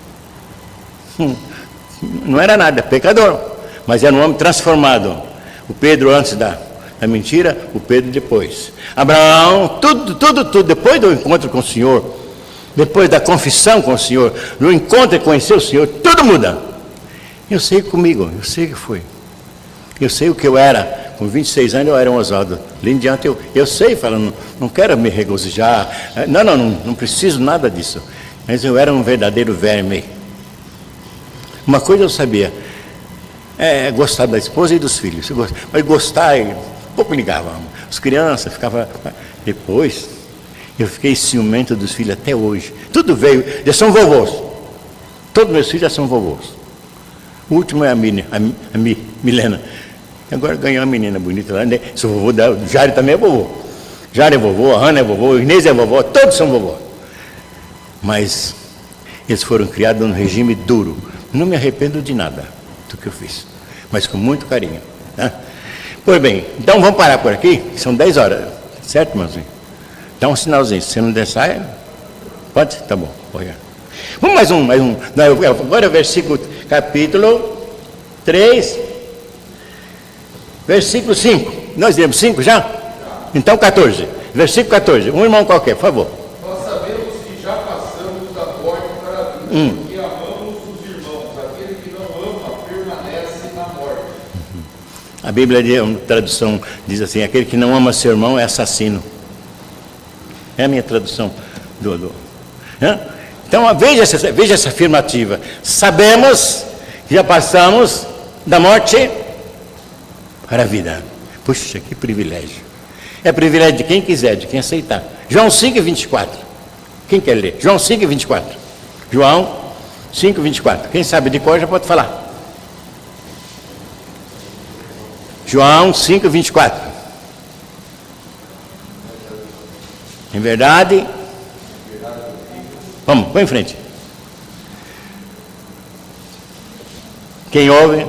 Speaker 1: Não era nada, pecador, mas era um homem transformado. O Pedro antes da mentira, o Pedro depois. Abraão, tudo, depois do encontro com o Senhor, depois da confissão com o Senhor, no encontro e conhecer o Senhor, tudo muda. Eu sei comigo, eu sei que foi. Eu sei o que eu era. Com 26 anos eu era um Oswaldo. Ali em diante eu sei, falando, não quero me regozijar. Não preciso nada disso. Mas eu era um verdadeiro verme. Uma coisa eu sabia, gostar da esposa e dos filhos. Mas gostar, pouco ligava. As crianças ficavam. Depois, eu fiquei ciumento dos filhos até hoje. Tudo veio, já são vovôs. Todos meus filhos já são vovôs. O último é a Milena. Agora ganhou uma menina bonita lá, né? Sou vovô da Jário também é vovô. Jário é vovô, a Ana é vovô, a Inês é vovó, todos são vovô. Mas eles foram criados num regime duro. Não me arrependo de nada do que eu fiz, mas com muito carinho. Né? Pois bem, então vamos parar por aqui, são 10 horas, certo, irmãozinho? Dá um sinalzinho, se não der saia, pode? Tá bom, vamos mais um. Agora é o versículo, capítulo 3, versículo 5. Nós lemos 5 já? Então 14, versículo 14. Um irmão qualquer, por favor.
Speaker 2: Nós sabemos que já passamos da morte para a vida, porque amamos os irmãos. Aquele que não ama permanece na morte.
Speaker 1: A Bíblia, uma tradução, diz assim: aquele que não ama seu irmão é assassino. É a minha tradução Então veja essa afirmativa. Sabemos que já passamos da morte para a vida. Puxa, que privilégio. É privilégio de quem quiser, de quem aceitar. João 5:24. Quem quer ler? João 5:24. João 5:24. Quem sabe de cor já pode falar. João 5:24. Em verdade. Vamos em frente. Quem ouve?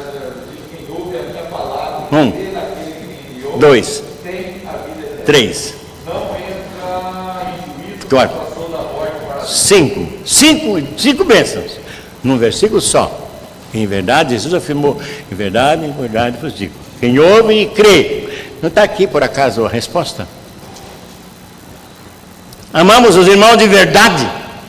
Speaker 1: 1, 2, 3, 4, 5 bênçãos. Num versículo só. Em verdade, Jesus afirmou: em verdade vos digo. Quem ouve e crê. Não está aqui por acaso a resposta? Amamos os irmãos de verdade.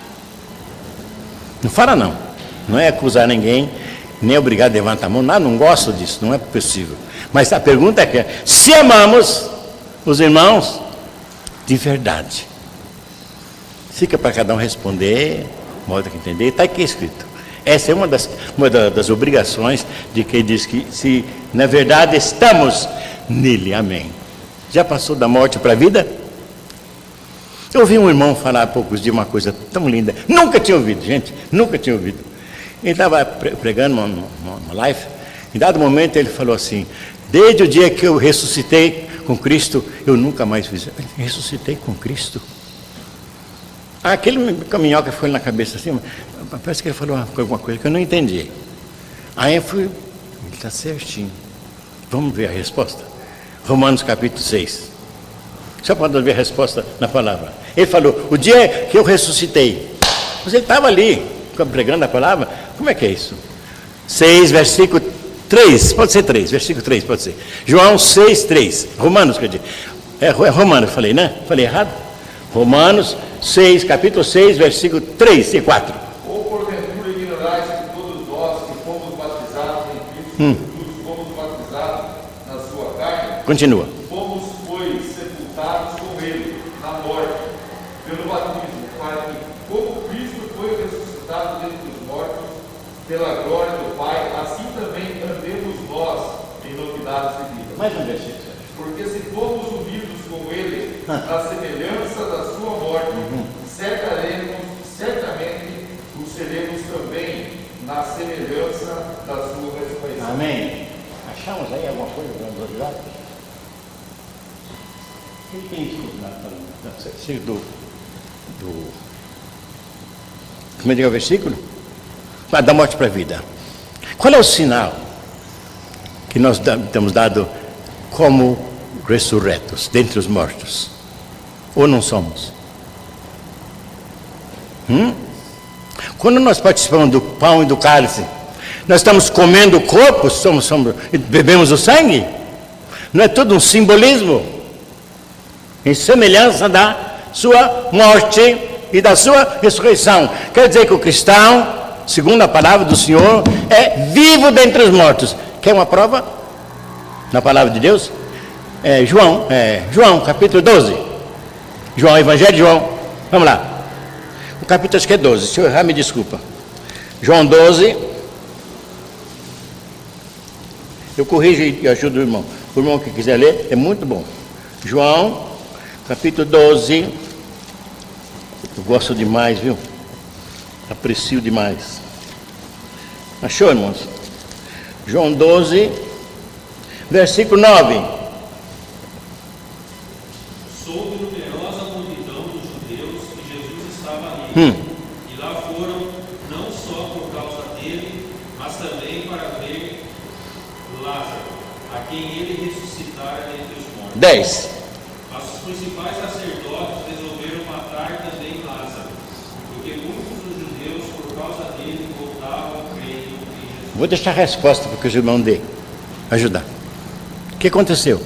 Speaker 1: Não fala não. Não é acusar ninguém, nem obrigado a levantar a mão. Não gosto disso, não é possível. Mas a pergunta é: se amamos os irmãos de verdade? Fica para cada um responder, modo que entender. Está aqui escrito. Essa é uma das obrigações de quem diz que, se na verdade estamos nele. Amém. Já passou da morte para a vida? Eu ouvi um irmão falar há poucos dias uma coisa tão linda. Nunca tinha ouvido, gente. Nunca tinha ouvido. Ele estava pregando uma live. Em dado momento ele falou assim: desde o dia que eu ressuscitei com Cristo, eu nunca mais fiz. Eu ressuscitei com Cristo. Aquele caminhoca foi na cabeça assim, parece que ele falou alguma coisa que eu não entendi. Aí eu fui, ele está certinho. Vamos ver a resposta. Romanos capítulo 6. Só para ver a resposta na palavra. Ele falou, o dia que eu ressuscitei. Mas ele estava ali, pregando a palavra. Como é que é isso? 6, versículo 3. Pode ser 3, versículo 3, pode ser. João 6, 3. Romanos, quer dizer. É Romanos, falei, né? Falei errado? Romanos 6, capítulo 6, versículo 3 e 4.
Speaker 3: Ou porventura ignorais que todos nós que fomos batizados em Cristo Jesus, fomos batizados na sua carne,
Speaker 1: Continua.
Speaker 3: fomos, pois, sepultados com ele na morte, pelo batismo, para que, como Cristo foi ressuscitado dentre os mortos, pela glória do Pai, assim também andemos nós em novidades de vida.
Speaker 1: Mais um versículo.
Speaker 3: Porque se fomos unidos com ele na semelhança da sua morte, certamente o seremos também na semelhança da sua ressurreição.
Speaker 1: Amém. Achamos aí alguma coisa para nos ajudar? Quem tem isso como é que é o versículo? Da morte para a vida. Qual é o sinal que nós temos dado como ressurretos dentre os mortos? Ou não somos? Quando nós participamos do pão e do cálice, nós estamos comendo o corpo, bebemos o sangue? Não é tudo um simbolismo? Em semelhança da sua morte e da sua ressurreição. Quer dizer que o cristão, segundo a palavra do Senhor, é vivo dentre os mortos. Quer uma prova? Na palavra de Deus? João, capítulo 12. João, Evangelho de João. Vamos lá. O capítulo acho que é 12. Se eu errar, me desculpa. João 12. Eu corrijo e ajudo o irmão. O irmão que quiser ler, é muito bom. João, capítulo 12. Eu gosto demais, viu? Aprecio demais. Achou, irmãos? João 12, versículo 9.
Speaker 2: Soube numerosa multidão dos judeus que Jesus estava ali. E lá foram, não só por causa dele, mas também para ver Lázaro, a quem ele ressuscitara dentre os mortos.
Speaker 1: 10.
Speaker 2: Mas os principais sacerdotes resolveram matar também Lázaro, porque muitos dos judeus, por causa dele, voltavam a crer em Jesus.
Speaker 1: Vou deixar a resposta para que os irmãos dê. Ajudar. O que aconteceu?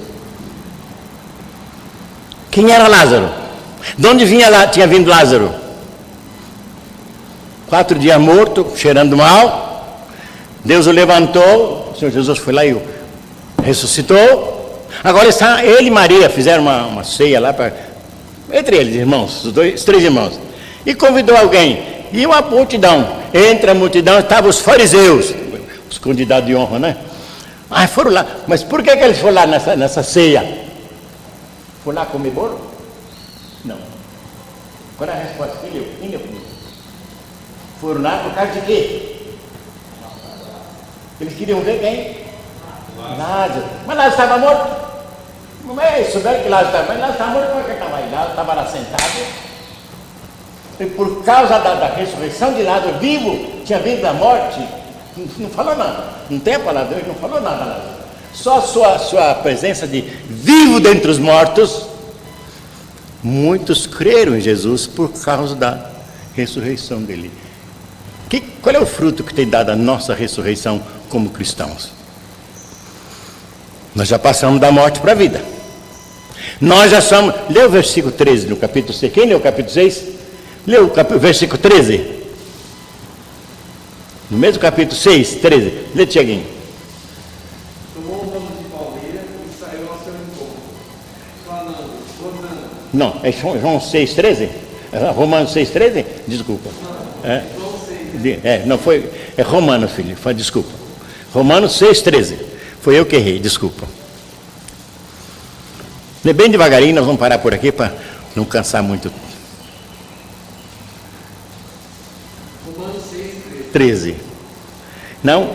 Speaker 1: Quem era Lázaro? De onde tinha vindo Lázaro? 4 dias morto, cheirando mal. Deus o levantou. O Senhor Jesus foi lá e o ressuscitou. Agora está ele e Maria, fizeram uma ceia lá entre eles, irmãos, os 3 irmãos. E convidou alguém. E uma multidão. Entre a multidão estavam os fariseus, os candidatos de honra, né? Ah, foram lá. Mas por que eles foram lá nessa ceia? Foi lá comer bolo? Não. Qual é a resposta? Quem deu comigo? Foram lá por causa de quê? Eles queriam ver quem? Lázaro. Mas Lázaro estava morto. Não é isso, souberam que Lázaro estava morto. Mas Lázaro estava morto, porque estava aí. Lázaro estava lá sentado. E por causa da ressurreição de Lázaro vivo, tinha vindo da morte, não falou nada. Não tem a palavra, Deus não falou nada, Lázaro. Só sua presença de vivo dentre os mortos, muitos creram em Jesus por causa da ressurreição dele. Qual é o fruto que tem dado a nossa ressurreição como cristãos? Nós já passamos da morte para a vida. Nós já somos... Lê o versículo 13 no capítulo 6. Quem leu o capítulo 6? Lê o versículo 13. No mesmo capítulo 6, 13. Lê, Tiaguinho.
Speaker 3: Tomou o ramo de palmeira e saiu ao seu encontro, falando, rosando.
Speaker 1: Não, é João 6, 13? Romanos 6, 13? Desculpa. Não foi. É Romanos, filho. Desculpa. Romanos 6, 13. Foi eu que errei, desculpa. Lê bem devagarinho, nós vamos parar por aqui para não cansar muito.
Speaker 3: Romanos 6,
Speaker 1: 13. Não?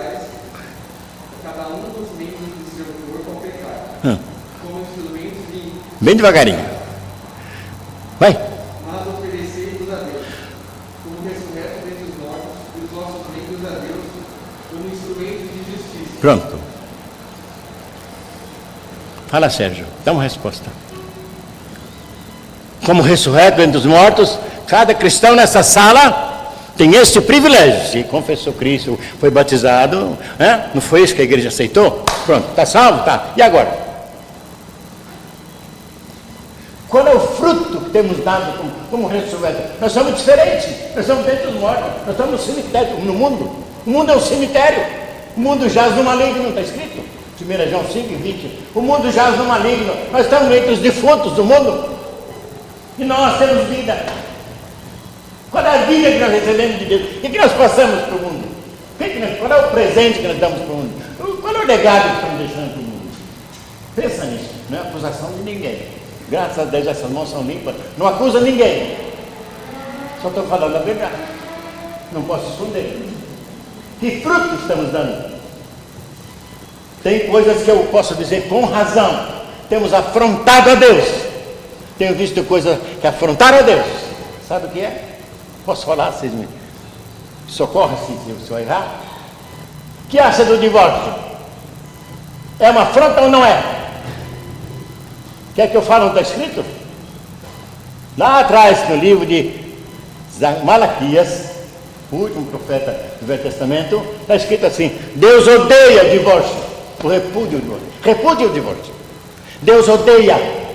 Speaker 3: cada um dos membros do seu corpo ao pecado, como instrumentos de...
Speaker 1: Bem devagarinho. Vai.
Speaker 3: Mas oferecer
Speaker 1: Pronto. Fala, Sérgio, dá uma resposta. Como ressurreto entre os mortos, cada cristão nessa sala tem este privilégio. Se confessou Cristo, foi batizado, né? Não foi isso que a igreja aceitou? Pronto, está salvo? Tá. E agora? Qual é o fruto que temos dado como ressurreto? Nós somos diferentes, nós somos dentro dos mortos, nós estamos no cemitério, no mundo. O mundo é um cemitério, o mundo jaz no maligno, não está escrito? 1 João 5:20. O mundo jaz no maligno, nós estamos entre os defuntos do mundo. E nós temos vida. Qual é a vida que nós recebemos de Deus? O que nós passamos para o mundo? Qual é o presente que nós damos para o mundo? Qual é o legado que estamos deixando para o mundo? Pensa nisso, não é acusação de ninguém. Graças a Deus essas mãos são limpas, não acusa ninguém. Só estou falando a verdade. Não posso esconder. Que fruto estamos dando? Tem coisas que eu posso dizer com razão. Temos afrontado a Deus. Tenho visto coisas que afrontaram a Deus. Sabe o que é? Posso falar? Vocês me socorrem se eu errar? O que acha do divórcio? É uma afronta ou não é? Quer que eu fale onde está escrito? Lá atrás, no livro de Malaquias, o último profeta do Velho Testamento, está escrito assim: Deus odeia o divórcio, o repúdio o divórcio. Repúdia o divórcio. Deus odeia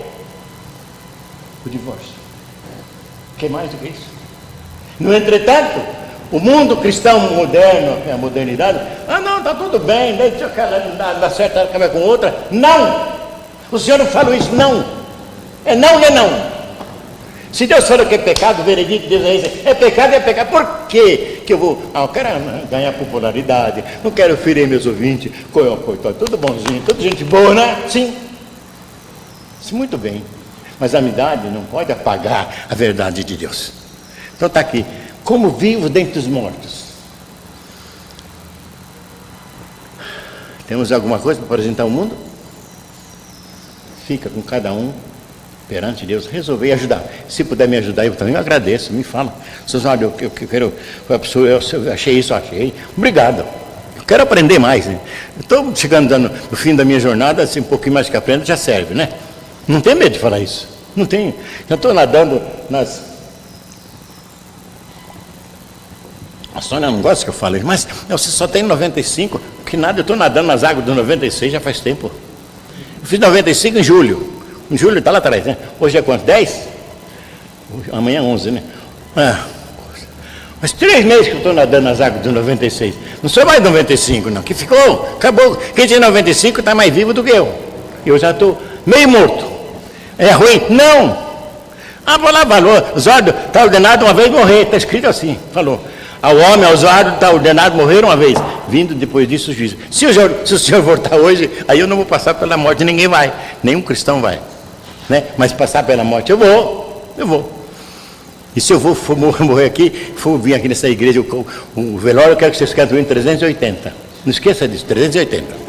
Speaker 1: o divórcio. O que mais do que isso? No entretanto, o mundo cristão moderno, a modernidade, não, está tudo bem, deixa aquela dá certo, ela acaba com outra. Não! O Senhor não falou isso, não. É não e é não. Se Deus falou que é pecado, o veredito de Deus é esse. É pecado. Por quê? Que eu vou... eu quero ganhar popularidade, não quero ferir meus ouvintes. Coitado, tudo bonzinho, tudo gente boa, né? Sim. Muito bem. Mas a amizade não pode apagar a verdade de Deus. Então está aqui. Como vivo dentre os mortos. Temos alguma coisa para apresentar ao mundo? Fica com cada um perante Deus, resolver ajudar. Se puder me ajudar, eu também agradeço, me fala. Vocês olha, eu quero, eu achei isso, achei. Obrigado. Eu quero aprender mais. Né? Estou chegando no fim da minha jornada, assim, um pouquinho mais que aprendo, já serve, né? Não tem medo de falar isso. Não tenho. Já estou nadando nas... A Sônia não gosta que eu fale, mas você só tem 95, que nada, eu estou nadando nas águas do 96 já faz tempo. Eu fiz 95 em julho. Em julho está lá atrás, né? Hoje é quanto? 10? Amanhã é 11, né? Mas 3 meses que eu estou nadando nas águas do 96. Não sou mais 95, não. Que ficou, acabou. Quem tinha 95 está mais vivo do que eu. Eu já estou meio morto. É ruim? Não. A palavra falou, Oswaldo está ordenado uma vez morrer. Está escrito assim, falou. Ao homem, Oswaldo está ordenado morrer uma vez, vindo depois disso o juízo. Se o senhor voltar hoje, aí eu não vou passar pela morte, ninguém vai, nenhum cristão vai, né? Mas passar pela morte eu vou. E se eu for morrer aqui, for vir aqui nessa igreja, o velório, eu quero que vocês cantem em 380. Não esqueça disso, 380.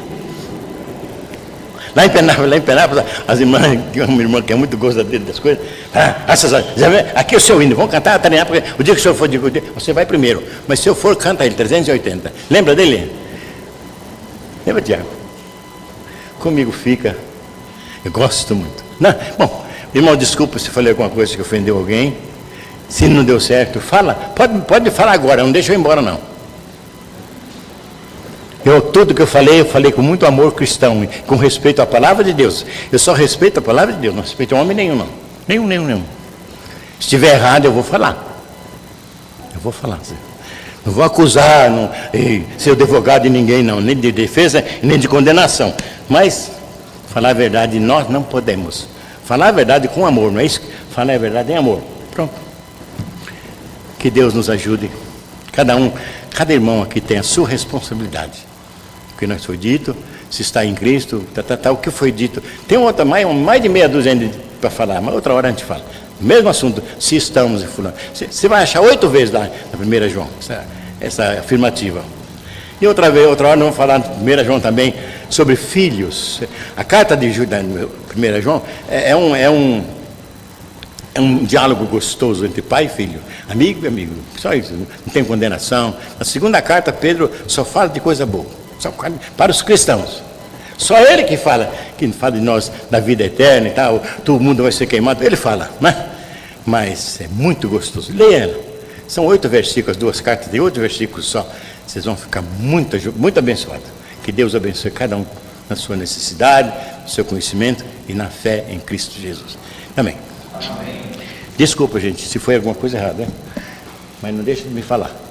Speaker 1: Lá em Penápolis, as irmãs, uma irmã que é muito gostadeira das coisas, aqui é o seu hino, vamos cantar, treinar, porque o dia que o senhor for, você vai primeiro, mas se eu for, canta ele, 380. Lembra dele? Lembra, Tiago? Comigo fica, eu gosto muito. Não, bom, irmão, desculpa se falei alguma coisa que ofendeu alguém, se não deu certo, fala, pode falar agora, não deixa eu ir embora não. Tudo que eu falei com muito amor cristão, com respeito à palavra de Deus. Eu só respeito a palavra de Deus, não respeito a homem nenhum, não. Nenhum. Se estiver errado, eu vou falar. Não vou acusar, não, ser advogado de ninguém, não, nem de defesa, nem de condenação. Mas, falar a verdade, nós não podemos. Falar a verdade com amor, não é isso? Falar a verdade em amor. Pronto. Que Deus nos ajude. Cada irmão aqui tem a sua responsabilidade. O que nos foi dito, se está em Cristo, o que foi dito. Tem outra, mais de meia dúzia para falar, mas outra hora a gente fala. Mesmo assunto, se estamos e fulano. Você vai achar 8 vezes lá na 1 João, essa afirmativa. E outra hora nós vamos falar na 1 João também sobre filhos. A carta de 1 João é um diálogo gostoso entre pai e filho, amigo e amigo, só isso, não tem condenação. Na segunda carta, Pedro só fala de coisa boa, só para os cristãos. Só ele que fala de nós, da vida eterna e tal, todo mundo vai ser queimado, ele fala, né? Mas é muito gostoso. Leia ela. São 8 versículos, 2 cartas de 8 versículos só. Vocês vão ficar muito abençoados. Que Deus abençoe cada um na sua necessidade, no seu conhecimento e na fé em Cristo Jesus. Amém. Desculpa, gente, se foi alguma coisa errada, né? Mas não deixa de me falar.